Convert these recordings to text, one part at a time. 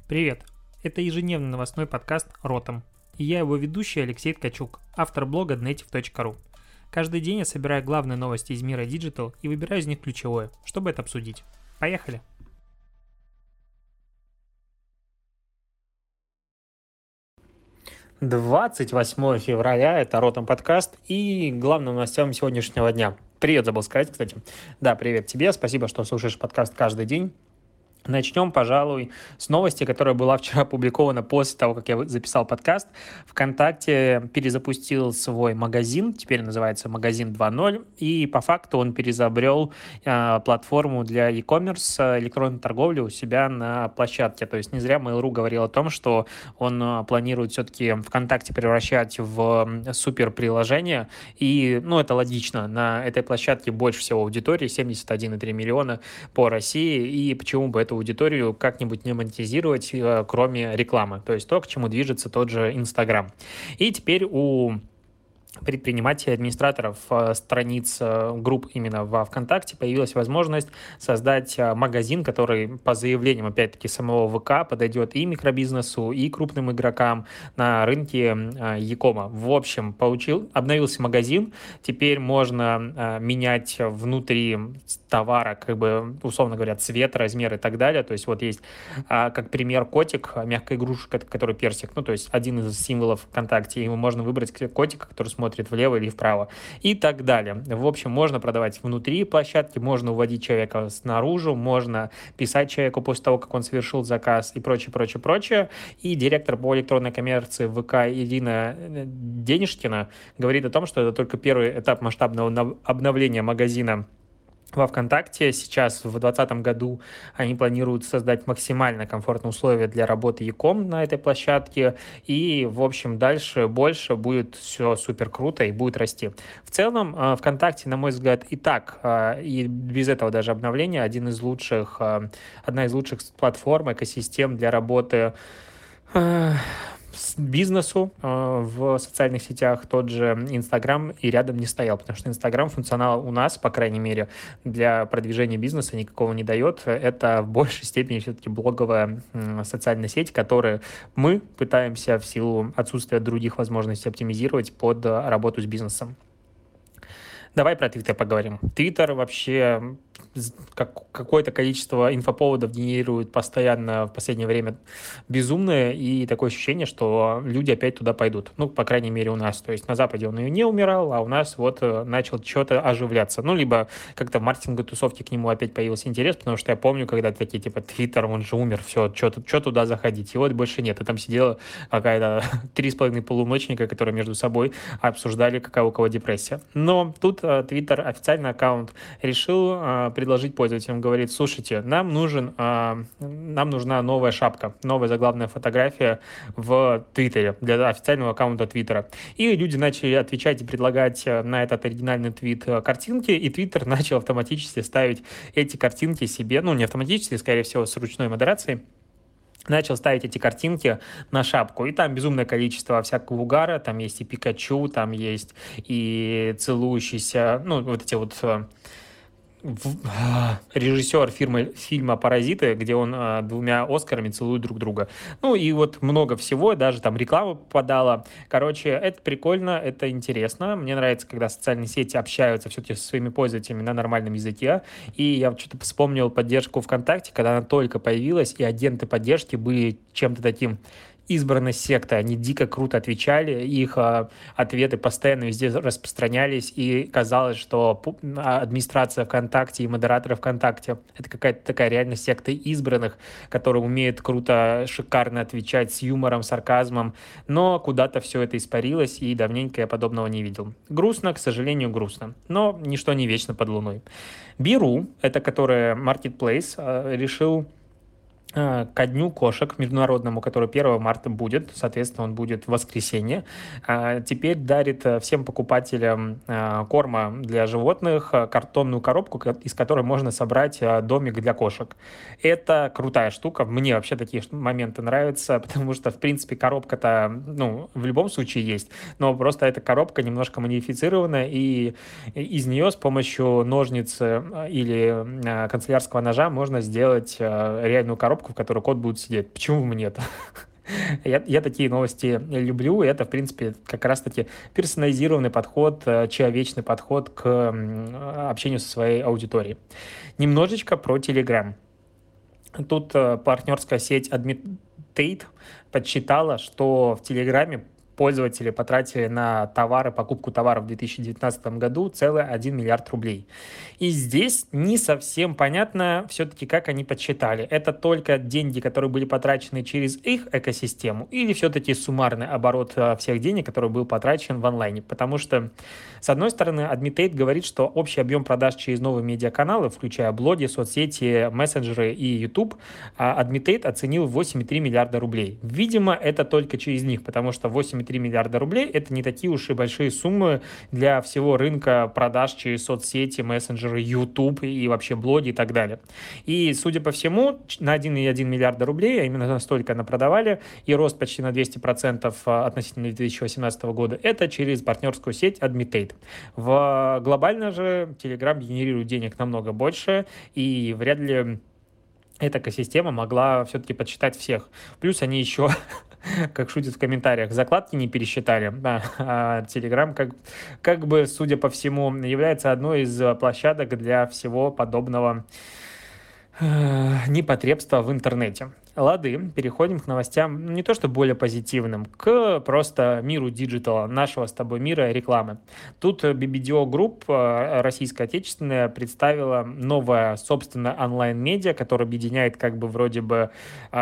Привет! Это ежедневный новостной подкаст «Ротом». И я его ведущий Алексей Ткачук, автор блога Dnetiv.ru. Каждый день я собираю главные новости из мира Digital и выбираю из них ключевое, чтобы это обсудить. Поехали! «28 февраля» — это «Ротом» подкаст и главным новостям сегодняшнего дня. Привет, забыл сказать, кстати. Да, привет тебе, спасибо, что слушаешь подкаст каждый день. Начнем, пожалуй, с новости, которая была вчера опубликована после того, как я записал подкаст. ВКонтакте перезапустил свой магазин, теперь называется «Магазин 2.0», и по факту он переизобрел платформу для e-commerce, электронной торговли у себя на площадке. То есть не зря Mail.ru говорил о том, что он планирует все-таки ВКонтакте превращать в суперприложение, и, это логично, на этой площадке больше всего аудитории, 71,3 миллиона по России, и почему бы эту аудиторию как-нибудь не монетизировать, кроме рекламы. То есть то, к чему движется тот же Инстаграм. И теперь у предпринимателей, администраторов страниц групп именно во ВКонтакте появилась возможность создать магазин, который по заявлениям, опять-таки, самого ВК подойдет и микробизнесу, и крупным игрокам на рынке e-кома. В общем, обновился магазин, теперь можно менять внутри товара, условно говоря, цвет, размер и так далее. То есть вот есть, как пример, котик, мягкая игрушка, который персик, то есть один из символов ВКонтакте, ему можно выбрать котика, который смотрит влево или вправо и так далее. В общем, можно продавать внутри площадки, можно уводить человека снаружи, можно писать человеку после того, как он совершил заказ и прочее. И директор по электронной коммерции ВК Ирина Денишкина говорит о том, что это только первый этап масштабного обновления магазина во ВКонтакте. Сейчас в 2020 году они планируют создать максимально комфортные условия для работы e-com на этой площадке. И, в общем, дальше больше будет все супер круто и будет расти. В целом, ВКонтакте, на мой взгляд, и так, и без этого даже обновления, одна из лучших платформ, экосистем для работы бизнесу в социальных сетях. Тот же Инстаграм и рядом не стоял, потому что Инстаграм функционал у нас, по крайней мере, для продвижения бизнеса никакого не дает. Это в большей степени все-таки блоговая социальная сеть, которую мы пытаемся в силу отсутствия других возможностей оптимизировать под работу с бизнесом. Давай про Твиттер поговорим. Твиттер вообще какое-то количество инфоповодов генерирует постоянно в последнее время безумное, и такое ощущение, что люди опять туда пойдут. По крайней мере, у нас. То есть на Западе он и не умирал, а у нас начал что-то оживляться. Либо как-то в маркетинговой тусовке к нему опять появился интерес, потому что я помню, когда такие, Твиттер, он же умер, все, что туда заходить. Его больше нет. И там сидела какая-то 3,5 полуночника, которые между собой обсуждали, какая у кого депрессия. Но тут Твиттер, официальный аккаунт, решил предложить пользователям, говорит: слушайте, нам нужна новая шапка, новая заглавная фотография в Твиттере для официального аккаунта Твиттера. И люди начали отвечать и предлагать на этот оригинальный твит картинки, и Твиттер начал автоматически ставить эти картинки себе, не автоматически, скорее всего, с ручной модерацией, начал ставить эти картинки на шапку. И там безумное количество всякого угара. Там есть и Пикачу, там есть и целующийся, режиссер фильма «Паразиты», где он двумя Оскарами целует друг друга. И много всего, даже там реклама попадала. Короче, это прикольно, это интересно. Мне нравится, когда социальные сети общаются все-таки со своими пользователями на нормальном языке. И я что-то вспомнил поддержку ВКонтакте, когда она только появилась, и агенты поддержки были чем-то таким избранной секты. Они дико круто отвечали, их ответы постоянно везде распространялись, и казалось, что администрация ВКонтакте и модераторы ВКонтакте — это какая-то такая реально секта избранных, которые умеют круто, шикарно отвечать с юмором, сарказмом, но куда-то все это испарилось, и давненько я подобного не видел. Грустно, к сожалению, грустно, но ничто не вечно под луной. Беру, это которая Marketplace, решил ко дню кошек международному, который 1 марта будет, соответственно, он будет в воскресенье, теперь дарит всем покупателям корма для животных картонную коробку, из которой можно собрать домик для кошек. Это крутая штука, мне вообще такие моменты нравятся, потому что, в принципе, коробка-то, в любом случае есть, но просто эта коробка немножко модифицирована, и из нее с помощью ножниц или канцелярского ножа можно сделать реальную коробку, коробку, в которой кот будет сидеть. Почему бы нет? Я такие новости люблю, и это, в принципе, как раз-таки персонализированный подход, человечный подход к общению со своей аудиторией. Немножечко про Telegram. Тут партнерская сеть Admitate подсчитала, что в Телеграме пользователи потратили на товары, покупку товаров в 2019 году целый 1 миллиард рублей. И здесь не совсем понятно все-таки, как они подсчитали. Это только деньги, которые были потрачены через их экосистему, или все-таки суммарный оборот всех денег, который был потрачен в онлайне. Потому что, с одной стороны, Admitate говорит, что общий объем продаж через новые медиаканалы, включая блоги, соцсети, мессенджеры и YouTube, Admitate оценил в 8,3 миллиарда рублей. Видимо, это только через них, потому что 8,3 миллиарда рублей – это не такие уж и большие суммы для всего рынка продаж через соцсети, мессенджеры, YouTube и вообще блоги и так далее. И, судя по всему, на 1,1 миллиарда рублей, а именно настолько продавали, и рост почти на 200% относительно 2018 года, это через партнерскую сеть Admitate. Глобально же Telegram генерирует денег намного больше, и вряд ли эта экосистема могла все-таки подсчитать всех. Плюс они еще, как шутят в комментариях, закладки не пересчитали. Да, а Telegram, как бы, судя по всему, является одной из площадок для всего подобного непотребства в интернете. Лады, переходим к новостям не то что более позитивным, к просто миру диджитала, нашего с тобой мира рекламы. Тут BBDO Group, российская отечественная, представила новое собственное онлайн-медиа, которое объединяет как бы вроде бы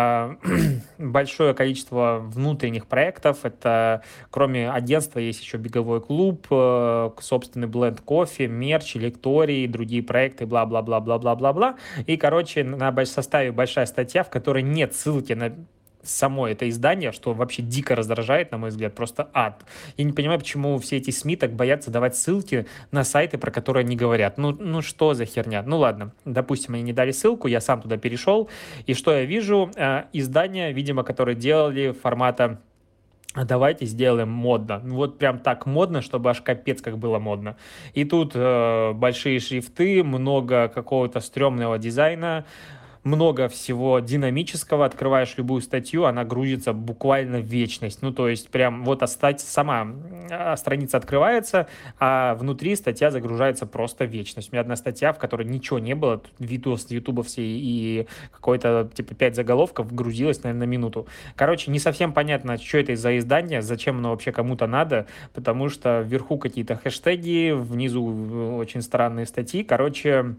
большое количество внутренних проектов. Это кроме агентства есть еще беговой клуб, собственный бленд кофе, мерч, лектории, другие проекты, бла-бла-бла-бла-бла-бла-бла. И, короче, на составе большая статья, в которой нет ссылки на само это издание, что вообще дико раздражает, на мой взгляд, просто ад. Я не понимаю, почему все эти СМИ так боятся давать ссылки на сайты, про которые они говорят. Ну что за херня? Ну ладно, допустим, они не дали ссылку, я сам туда перешел, и что я вижу? Издания, видимо, которые делали формата давайте сделаем модно. Вот прям так модно, чтобы аж капец как было модно. И тут большие шрифты, много какого-то стрёмного дизайна, много всего динамического. Открываешь любую статью, она грузится буквально в вечность. Ну, то есть прям вот сама страница открывается, а внутри статья загружается просто в вечность. У меня одна статья, в которой ничего не было, видос ютуба все и какой-то типа 5 заголовков грузилось, наверное, на минуту. Короче, не совсем понятно, что это за издание, зачем оно вообще кому-то надо, потому что вверху какие-то хэштеги, внизу очень странные статьи. Короче,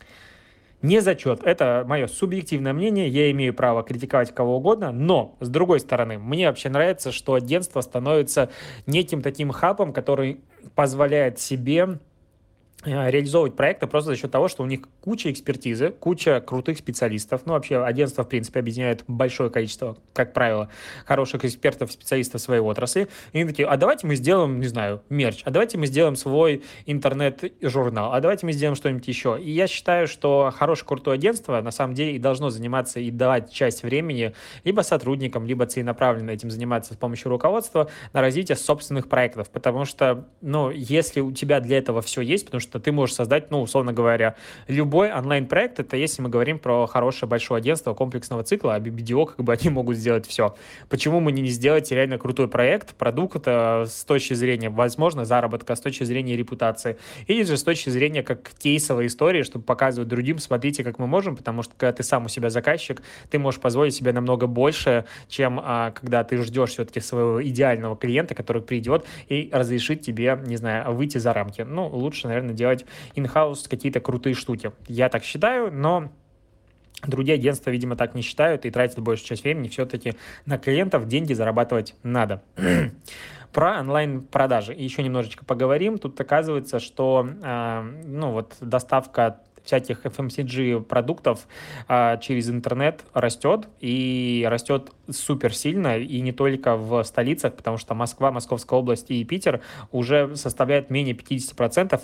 не зачет. Это мое субъективное мнение, я имею право критиковать кого угодно, но, с другой стороны, мне вообще нравится, что агентство становится неким таким хабом, который позволяет себе реализовывать проекты просто за счет того, что у них куча экспертизы, куча крутых специалистов. Ну, вообще, агентство, в принципе, объединяет большое количество, как правило, хороших экспертов, специалистов в своей отрасли. И они такие, а давайте мы сделаем, не знаю, мерч, а давайте мы сделаем свой интернет-журнал, а давайте мы сделаем что-нибудь еще. И я считаю, что хорошее, крутое агентство, на самом деле, и должно заниматься и давать часть времени либо сотрудникам, либо целенаправленно этим заниматься с помощью руководства на развитие собственных проектов. Потому что, ну, если у тебя для этого все есть, потому что ты можешь создать, ну, условно говоря, любой онлайн-проект, это если мы говорим про хорошее большое агентство комплексного цикла, а BBDO, как бы они могут сделать все. Почему мы не сделать реально крутой проект, продукт с точки зрения, возможно, заработка, с точки зрения репутации, или же с точки зрения как кейсовой истории, чтобы показывать другим, смотрите, как мы можем, потому что когда ты сам у себя заказчик, ты можешь позволить себе намного больше, чем когда ты ждешь все-таки своего идеального клиента, который придет и разрешит тебе, не знаю, выйти за рамки. Ну, лучше, наверное, делать in-house какие-то крутые штуки. Я так считаю, но другие агентства, видимо, так не считают и тратят большую часть времени все-таки на клиентов. Деньги зарабатывать надо. Про онлайн-продажи еще немножечко поговорим. Тут оказывается, что ну, вот доставка всяких FMCG продуктов через интернет растет, и растет супер сильно, и не только в столицах, потому что Москва, Московская область и Питер уже составляют менее 50%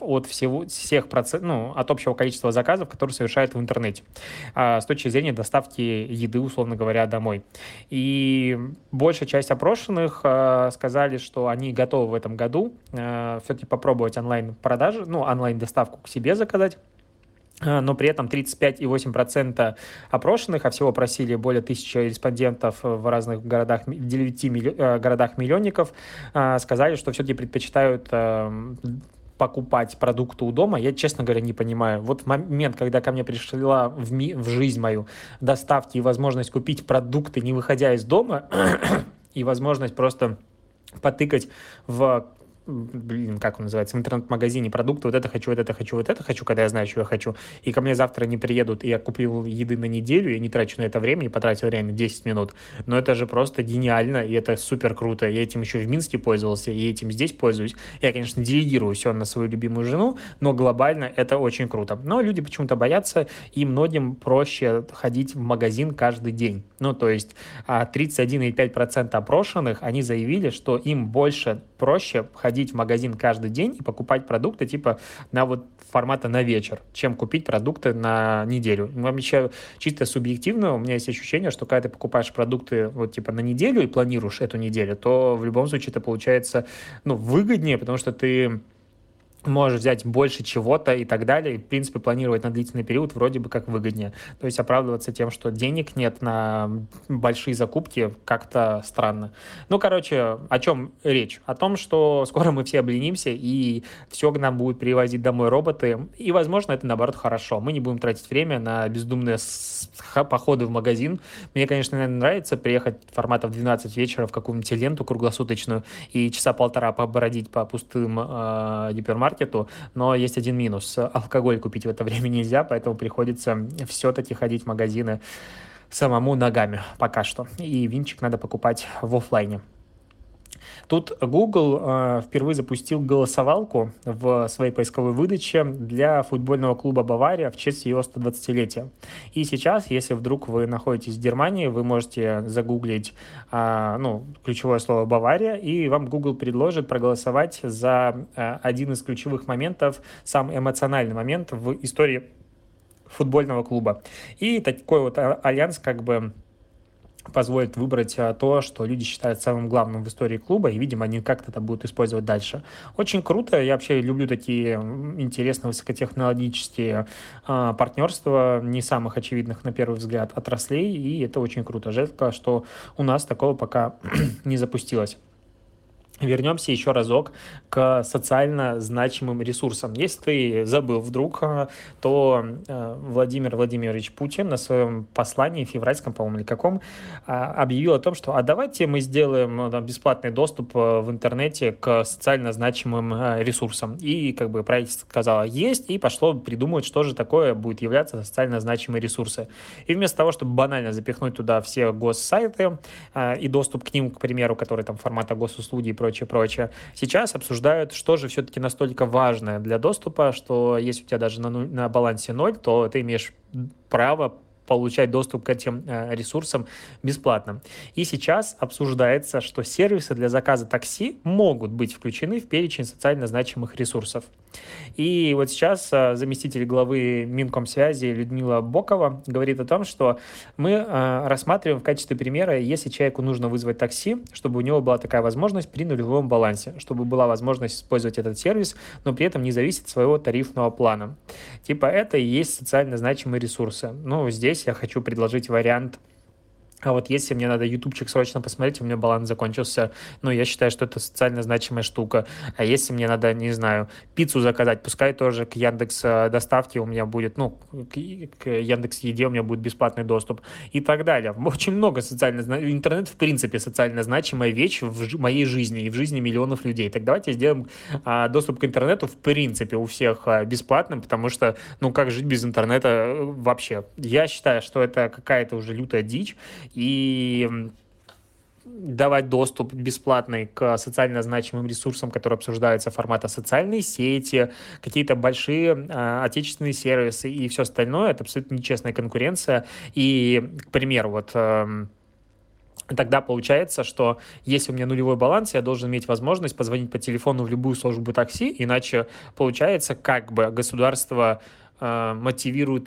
от общего количества заказов, которые совершают в интернете, с точки зрения доставки еды, условно говоря, домой. И большая часть опрошенных сказали, что они готовы в этом году все-таки попробовать онлайн-продажи, ну, онлайн-доставку к себе заказать. но при этом 35,8% опрошенных, а всего просили более 1000 респондентов в разных городах, в 9 городах-миллионников, сказали, что все-таки предпочитают покупать продукты у дома. Я, честно говоря, не понимаю. Вот в момент, когда ко мне пришла в жизнь мою доставки и возможность купить продукты, не выходя из дома, и возможность просто потыкать как он называется, в интернет-магазине продукты, вот это хочу, вот это хочу, вот это хочу, когда я знаю, что я хочу, и ко мне завтра не приедут, и я купил еды на неделю, я не трачу на это время, и потратил реально 10 минут, но это же просто гениально, и это супер круто, я этим еще в Минске пользовался, и этим здесь пользуюсь, я, конечно, делегирую все на свою любимую жену, но глобально это очень круто, но люди почему-то боятся, и многим проще ходить в магазин каждый день, ну, то есть 31,5% опрошенных, они заявили, что им проще ходить в магазин каждый день и покупать продукты типа на вот формата на вечер, чем купить продукты на неделю. Вообще чисто субъективно у меня есть ощущение, что когда ты покупаешь продукты вот типа на неделю и планируешь эту неделю, то в любом случае это получается выгоднее, потому что ты можешь взять больше чего-то и так далее, и, в принципе, планировать на длительный период вроде бы как выгоднее. То есть оправдываться тем, что денег нет на большие закупки, как-то странно. Короче, о чем речь? О том, что скоро мы все обленимся, и все к нам будут привозить домой роботы, и, возможно, это, наоборот, хорошо. Мы не будем тратить время на бездумные походы в магазин. Мне, конечно, наверное, нравится приехать формата в 12 вечера в какую-нибудь ленту круглосуточную и часа полтора побродить по пустым гипермаркетам, но есть один минус. Алкоголь купить в это время нельзя, поэтому приходится все-таки ходить в магазины самому ногами пока что. И винчик надо покупать в офлайне. Тут Google впервые запустил голосовалку в своей поисковой выдаче для футбольного клуба «Бавария» в честь его 120-летия. И сейчас, если вдруг вы находитесь в Германии, вы можете загуглить ключевое слово «Бавария», и вам Google предложит проголосовать за один из ключевых моментов, самый эмоциональный момент в истории футбольного клуба. И такой вот альянс позволит выбрать то, что люди считают самым главным в истории клуба, и, видимо, они как-то это будут использовать дальше. Очень круто, я вообще люблю такие интересные высокотехнологические партнерства, не самых очевидных, на первый взгляд, отраслей, и это очень круто. Жалко, что у нас такого пока не запустилось. Вернемся еще разок к социально значимым ресурсам. Если ты забыл вдруг, то Владимир Владимирович Путин на своем послании, февральском, по-моему, или каком, объявил о том, что давайте мы сделаем бесплатный доступ в интернете к социально значимым ресурсам. И правительство сказало есть, и пошло придумывать, что же такое будет являться социально значимые ресурсы. И вместо того, чтобы банально запихнуть туда все госсайты и доступ к ним, к примеру, которые там формата госуслуги и прочее. Сейчас обсуждают, что же все-таки настолько важное для доступа, что если у тебя даже на балансе 0, то ты имеешь право получать доступ к этим ресурсам бесплатно. И сейчас обсуждается, что сервисы для заказа такси могут быть включены в перечень социально значимых ресурсов. И вот сейчас заместитель главы Минкомсвязи Людмила Бокова говорит о том, что мы рассматриваем в качестве примера, если человеку нужно вызвать такси, чтобы у него была такая возможность при нулевом балансе, чтобы была возможность использовать этот сервис, но при этом не зависеть от своего тарифного плана. Это и есть социально значимые ресурсы. Здесь я хочу предложить вариант. А вот если мне надо ютубчик срочно посмотреть, у меня баланс закончился, я считаю, что это социально значимая штука. А если мне надо, не знаю, пиццу заказать, пускай тоже к Яндекс доставке у меня будет, к Яндекс Еде у меня будет бесплатный доступ и так далее. Очень много интернет, в принципе, социально значимая вещь в моей жизни и в жизни миллионов людей. Так давайте сделаем доступ к интернету, в принципе, у всех бесплатным, потому что, как жить без интернета вообще? Я считаю, что это какая-то уже лютая дичь, и давать доступ бесплатный к социально значимым ресурсам, которые обсуждаются, формата социальные сети, какие-то большие отечественные сервисы и все остальное, это абсолютно нечестная конкуренция. И, к примеру, тогда получается, что если у меня нулевой баланс, я должен иметь возможность позвонить по телефону в любую службу такси, иначе получается, государство мотивирует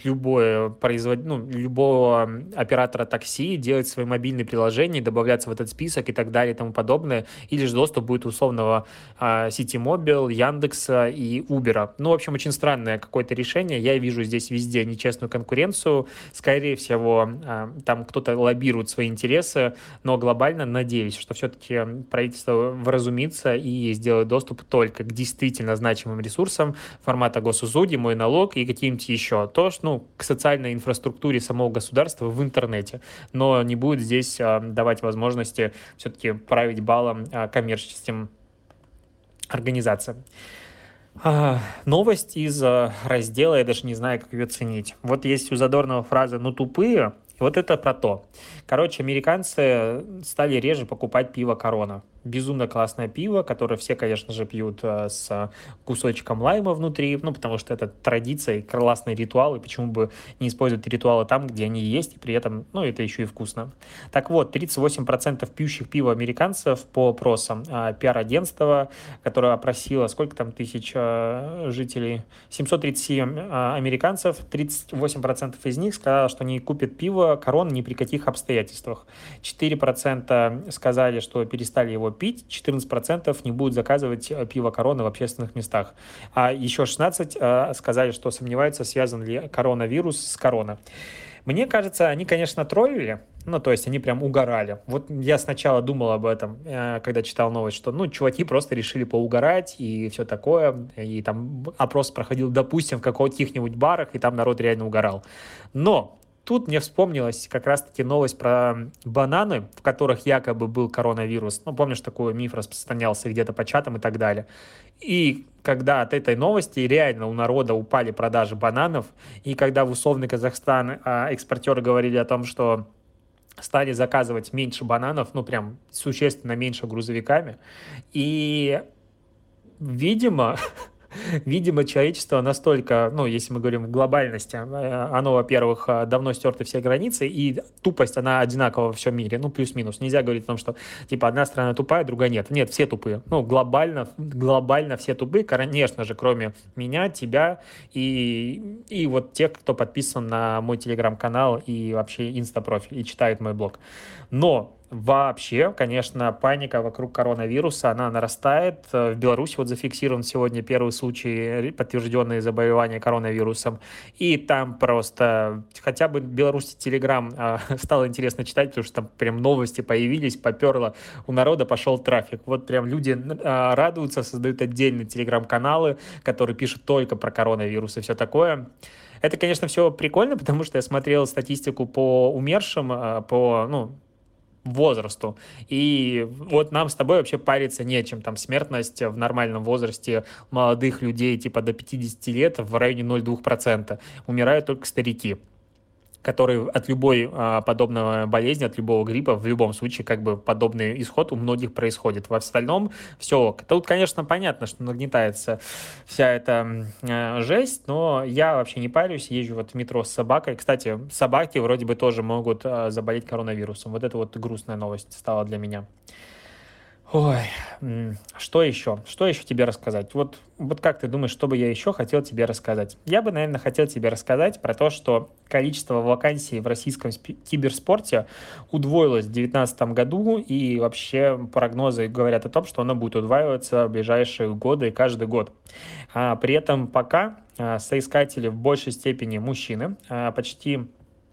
любого оператора такси делать свои мобильные приложения, добавляться в этот список и так далее и тому подобное, или же доступ будет условного Ситимобил, Яндекса и Убера. Ну, в общем, очень странное какое-то решение. Я вижу здесь везде нечестную конкуренцию. Скорее всего, там кто-то лоббирует свои интересы, но глобально надеюсь, что все-таки правительство вразумится и сделает доступ только к действительно значимым ресурсам формата госуслуги, мой налог и каким-то еще. То, что, к социальной инфраструктуре самого государства в интернете, но не будет здесь давать возможности все-таки править балом коммерческим организациям. Новость из раздела, я даже не знаю, как ее ценить. Вот есть у Задорнова фраза «ну тупые», вот это про то. Короче, американцы стали реже покупать пиво «Корона». Безумно классное пиво, которое все, конечно же, пьют с кусочком лайма внутри, ну, потому что это традиция и классный ритуал, и почему бы не использовать ритуалы там, где они есть, и при этом, ну, это еще и вкусно. Так вот, 38% пьющих пива американцев по опросам пиар-агентства, которое опросило, сколько там тысяч жителей, 737 американцев, 38% из них сказали, что не купят пиво «Корона» ни при каких обстоятельствах. 4% сказали, что перестали его пить, 14% не будут заказывать пиво «Корона» в общественных местах. А еще 16% сказали, что сомневаются, связан ли коронавирус с корона. Мне кажется, они, конечно, троллили, ну, то есть они прям угорали. Вот я сначала думал об этом, когда читал новость, что, ну, чуваки просто решили поугарать и все такое, и там опрос проходил, допустим, в каких-нибудь барах, и там народ реально угорал. Но тут мне вспомнилась как раз-таки новость про бананы, в которых якобы был коронавирус. Ну, помнишь, такой миф распространялся где-то по чатам и так далее. И когда от этой новости реально у народа упали продажи бананов, и когда в условный Казахстан экспортеры говорили о том, что стали заказывать меньше бананов, ну, прям существенно меньше грузовиками, и, видимо, Видимо, человечество настолько, ну, если мы говорим в глобальности, оно, во-первых, давно стерты все границы, и тупость, она одинакова во всем мире, ну, плюс-минус. Нельзя говорить о том, что, типа, одна страна тупая, другая нет. Нет, все тупые. Ну, глобально все тупые, конечно же, кроме меня, тебя и вот тех, кто подписан на мой телеграм-канал и вообще инста-профиль, и читает мой блог. Но вообще, конечно, паника вокруг коронавируса, она нарастает. В Беларуси вот зафиксирован сегодня первый случай подтвержденные заболевания коронавирусом. И там просто хотя бы в Беларуси Телеграм стало интересно читать, потому что там прям новости появились, поперло. У народа пошел трафик. Вот прям люди радуются, создают отдельные телеграм-каналы, которые пишут только про коронавирус и все такое. Это, конечно, все прикольно, потому что я смотрел статистику по умершим, по, возрасту. И вот нам с тобой вообще париться нечем. Там смертность в нормальном возрасте молодых людей типа до 50 лет в районе 0,2%. Умирают только старики, которые от любой подобного болезни, от любого гриппа, в любом случае, как бы подобный исход у многих происходит. В остальном все. Тут, конечно, понятно, что нагнетается вся эта жесть, но я вообще не парюсь, езжу вот в метро с собакой. Кстати, собаки вроде бы тоже могут заболеть коронавирусом. Вот это вот грустная новость стала для меня. Ой, что еще? Что еще тебе рассказать? Вот как ты думаешь, что бы я еще хотел тебе рассказать? Я бы, наверное, хотел тебе рассказать про то, что количество вакансий в российском киберспорте удвоилось в 2019 году, и вообще прогнозы говорят о том, что оно будет удваиваться в ближайшие годы, каждый год. При этом пока соискатели в большей степени мужчины, почти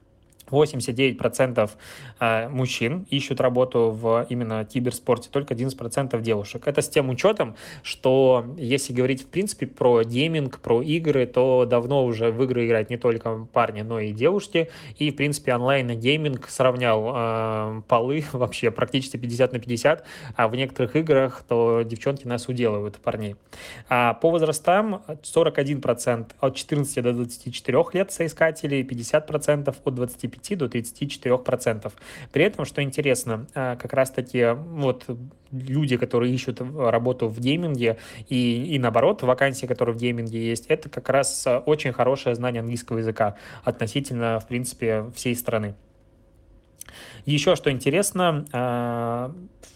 89% мужчин ищут работу в именно киберспорте, только 11% девушек. Это с тем учетом, что если говорить в принципе про гейминг, про игры, то давно уже в игры играют не только парни, но и девушки. И в принципе онлайн-гейминг сравнял полы вообще практически 50/50, а в некоторых играх то девчонки нас уделывают, парней. А по возрастам 41% от 14 до 24 лет соискателей, 50% от 25 до 34%. При этом, что интересно, как раз-таки вот люди, которые ищут работу в гейминге и наоборот, вакансии, которые в гейминге есть, это как раз очень хорошее знание английского языка относительно, в принципе, всей страны. Еще что интересно,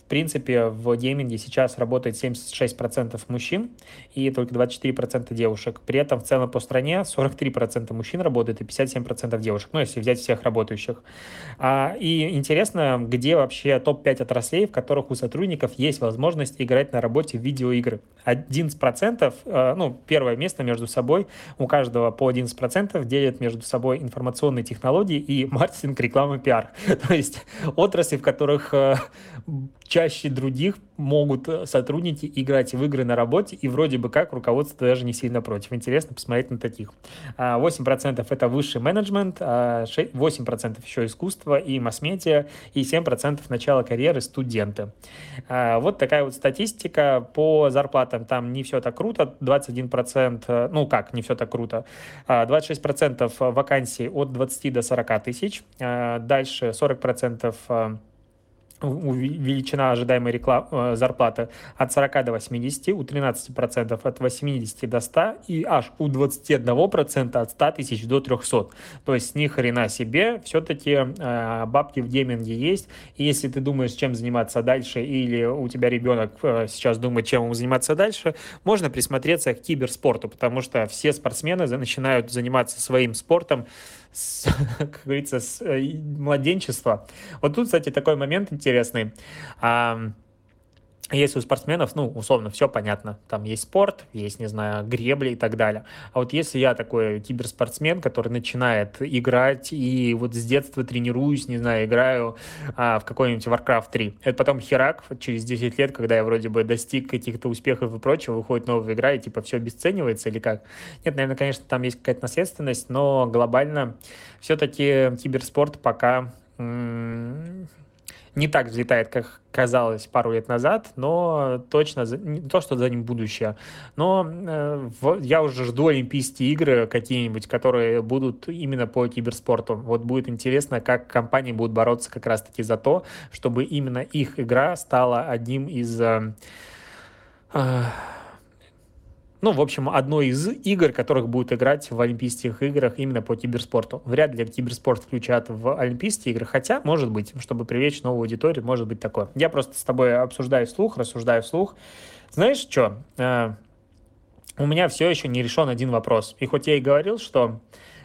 принципе, в гейминге сейчас работает 76% мужчин и только 24% девушек. При этом в целом по стране 43% мужчин работает и 57% девушек, ну, если взять всех работающих. И интересно, где вообще топ-5 отраслей, в которых у сотрудников есть возможность играть на работе в видеоигры. 11%, ну, первое место между собой, у каждого по 11% делят между собой информационные технологии и маркетинг, реклама, пиар. То есть отрасли, в которых чаще других могут сотрудники играть в игры на работе, и вроде бы как руководство даже не сильно против. Интересно посмотреть на таких. 8% это высший менеджмент, 8% еще искусство и масс-медиа, и 7% начало карьеры студенты. Вот такая вот статистика. По зарплатам там не все так круто. 21%, ну как, не все так круто. 26% вакансий от 20 до 40 тысяч. Дальше 40% величина ожидаемой зарплаты от 40 до 80, у 13% от 80 до 100 и аж у 21% от 100 тысяч до 300. То есть ни хрена себе, все-таки бабки в гейминге есть. И если ты думаешь, чем заниматься дальше, или у тебя ребенок сейчас думает, чем ему заниматься дальше, можно присмотреться к киберспорту, потому что все спортсмены начинают заниматься своим спортом как говорится, с младенчества. Вот тут, кстати, такой момент интересный. Если у спортсменов, ну, условно, все понятно, там есть спорт, есть, не знаю, гребли и так далее. А вот если я такой киберспортсмен, который начинает играть и вот с детства тренируюсь, не знаю, играю в какой-нибудь Warcraft 3, это потом херак, через 10 лет, когда я вроде бы достиг каких-то успехов и прочего, выходит новая игра и типа все обесценивается или как? Нет, наверное, конечно, там есть какая-то наследственность, но глобально все-таки киберспорт пока не так взлетает, как казалось пару лет назад, но точно не то, что за ним будущее. Но я уже жду Олимпийские игры какие-нибудь, которые будут именно по киберспорту. Вот будет интересно, как компании будут бороться как раз-таки за то, чтобы именно их игра стала одним из... Ну, в общем, одной из игр, которых будут играть в Олимпийских играх именно по киберспорту. Вряд ли киберспорт включат в Олимпийские игры, хотя, может быть, чтобы привлечь новую аудиторию, может быть такое. Я просто с тобой обсуждаю вслух, рассуждаю вслух. Знаешь что? У меня все еще не решен один вопрос. И хоть я и говорил, что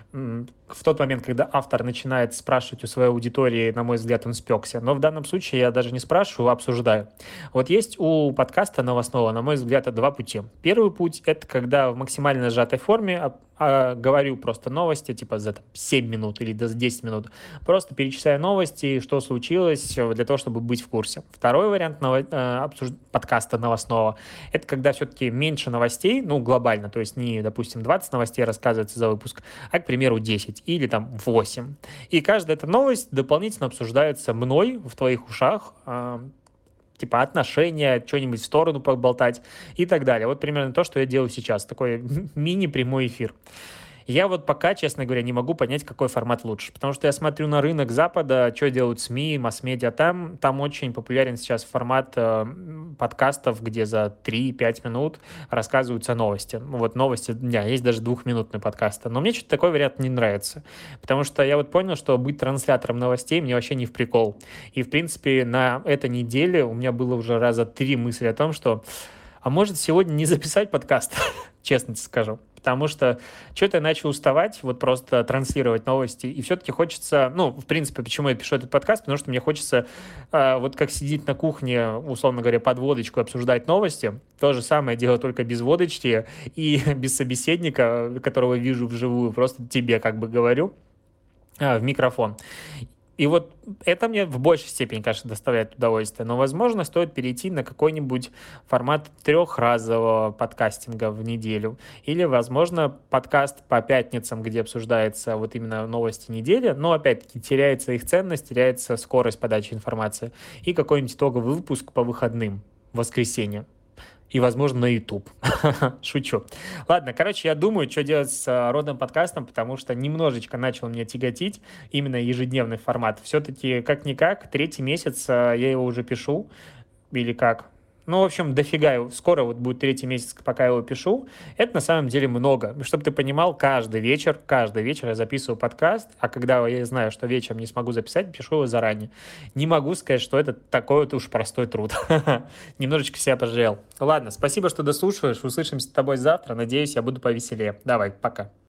в тот момент, когда автор начинает спрашивать у своей аудитории, на мой взгляд, он спекся. Но в данном случае я даже не спрашиваю, а обсуждаю. Вот есть у подкаста новостного, на мой взгляд, два пути. Первый путь — это когда в максимально сжатой форме говорю просто новости, типа за 7 минут или за 10 минут. Просто перечисляю новости, что случилось, для того, чтобы быть в курсе. Второй вариант подкаста новостного — это когда все-таки меньше новостей, ну, глобально, то есть не, допустим, 20 новостей рассказывается за выпуск, а, к примеру, 10 или там 8. И каждая эта новость дополнительно обсуждается мной в твоих ушах, типа отношения, что-нибудь в сторону поболтать и так далее. Вот примерно то, что я делаю сейчас. Такой мини-прямой эфир. Я вот пока, честно говоря, не могу понять, какой формат лучше. Потому что я смотрю на рынок Запада, что делают СМИ, масс-медиа. Там очень популярен сейчас формат подкастов, где за 3-5 минут рассказываются новости. Вот новости дня. Есть даже 2-минутные подкасты. Но мне что-то такой вариант не нравится. Потому что я вот понял, что быть транслятором новостей мне вообще не в прикол. И, в принципе, на этой неделе у меня было уже раза 3 мысли о том, что а может сегодня не записать подкаст, честно тебе скажу. Потому что что-то я начал уставать, вот просто транслировать новости, и все-таки хочется, ну, в принципе, почему я пишу этот подкаст, потому что мне хочется вот как сидеть на кухне, условно говоря, под водочку, обсуждать новости, то же самое делать только без водочки и без собеседника, которого вижу вживую, просто тебе как бы говорю в микрофон. И вот это мне в большей степени, конечно, доставляет удовольствие. Но, возможно, стоит перейти на какой-нибудь формат трехразового подкастинга в неделю. Или, возможно, подкаст по пятницам, где обсуждается вот именно новости недели. Но, опять-таки, теряется их ценность, теряется скорость подачи информации. И какой-нибудь итоговый выпуск по выходным в воскресенье. И, возможно, на YouTube. Шучу. Ладно, короче, я думаю, что делать с родным подкастом, потому что немножечко начал меня тяготить именно ежедневный формат. Все-таки, как-никак, 3-й месяц я его уже пишу. Или как? Ну, в общем, дофига. Скоро вот будет третий месяц, пока я его пишу. Это на самом деле много. Чтобы ты понимал, каждый вечер я записываю подкаст, а когда я знаю, что вечером не смогу записать, пишу его заранее. Не могу сказать, что это такой вот уж простой труд. Немножечко себя пожалел. Ладно, спасибо, что дослушиваешь. Услышимся с тобой завтра. Надеюсь, я буду повеселее. Давай, пока.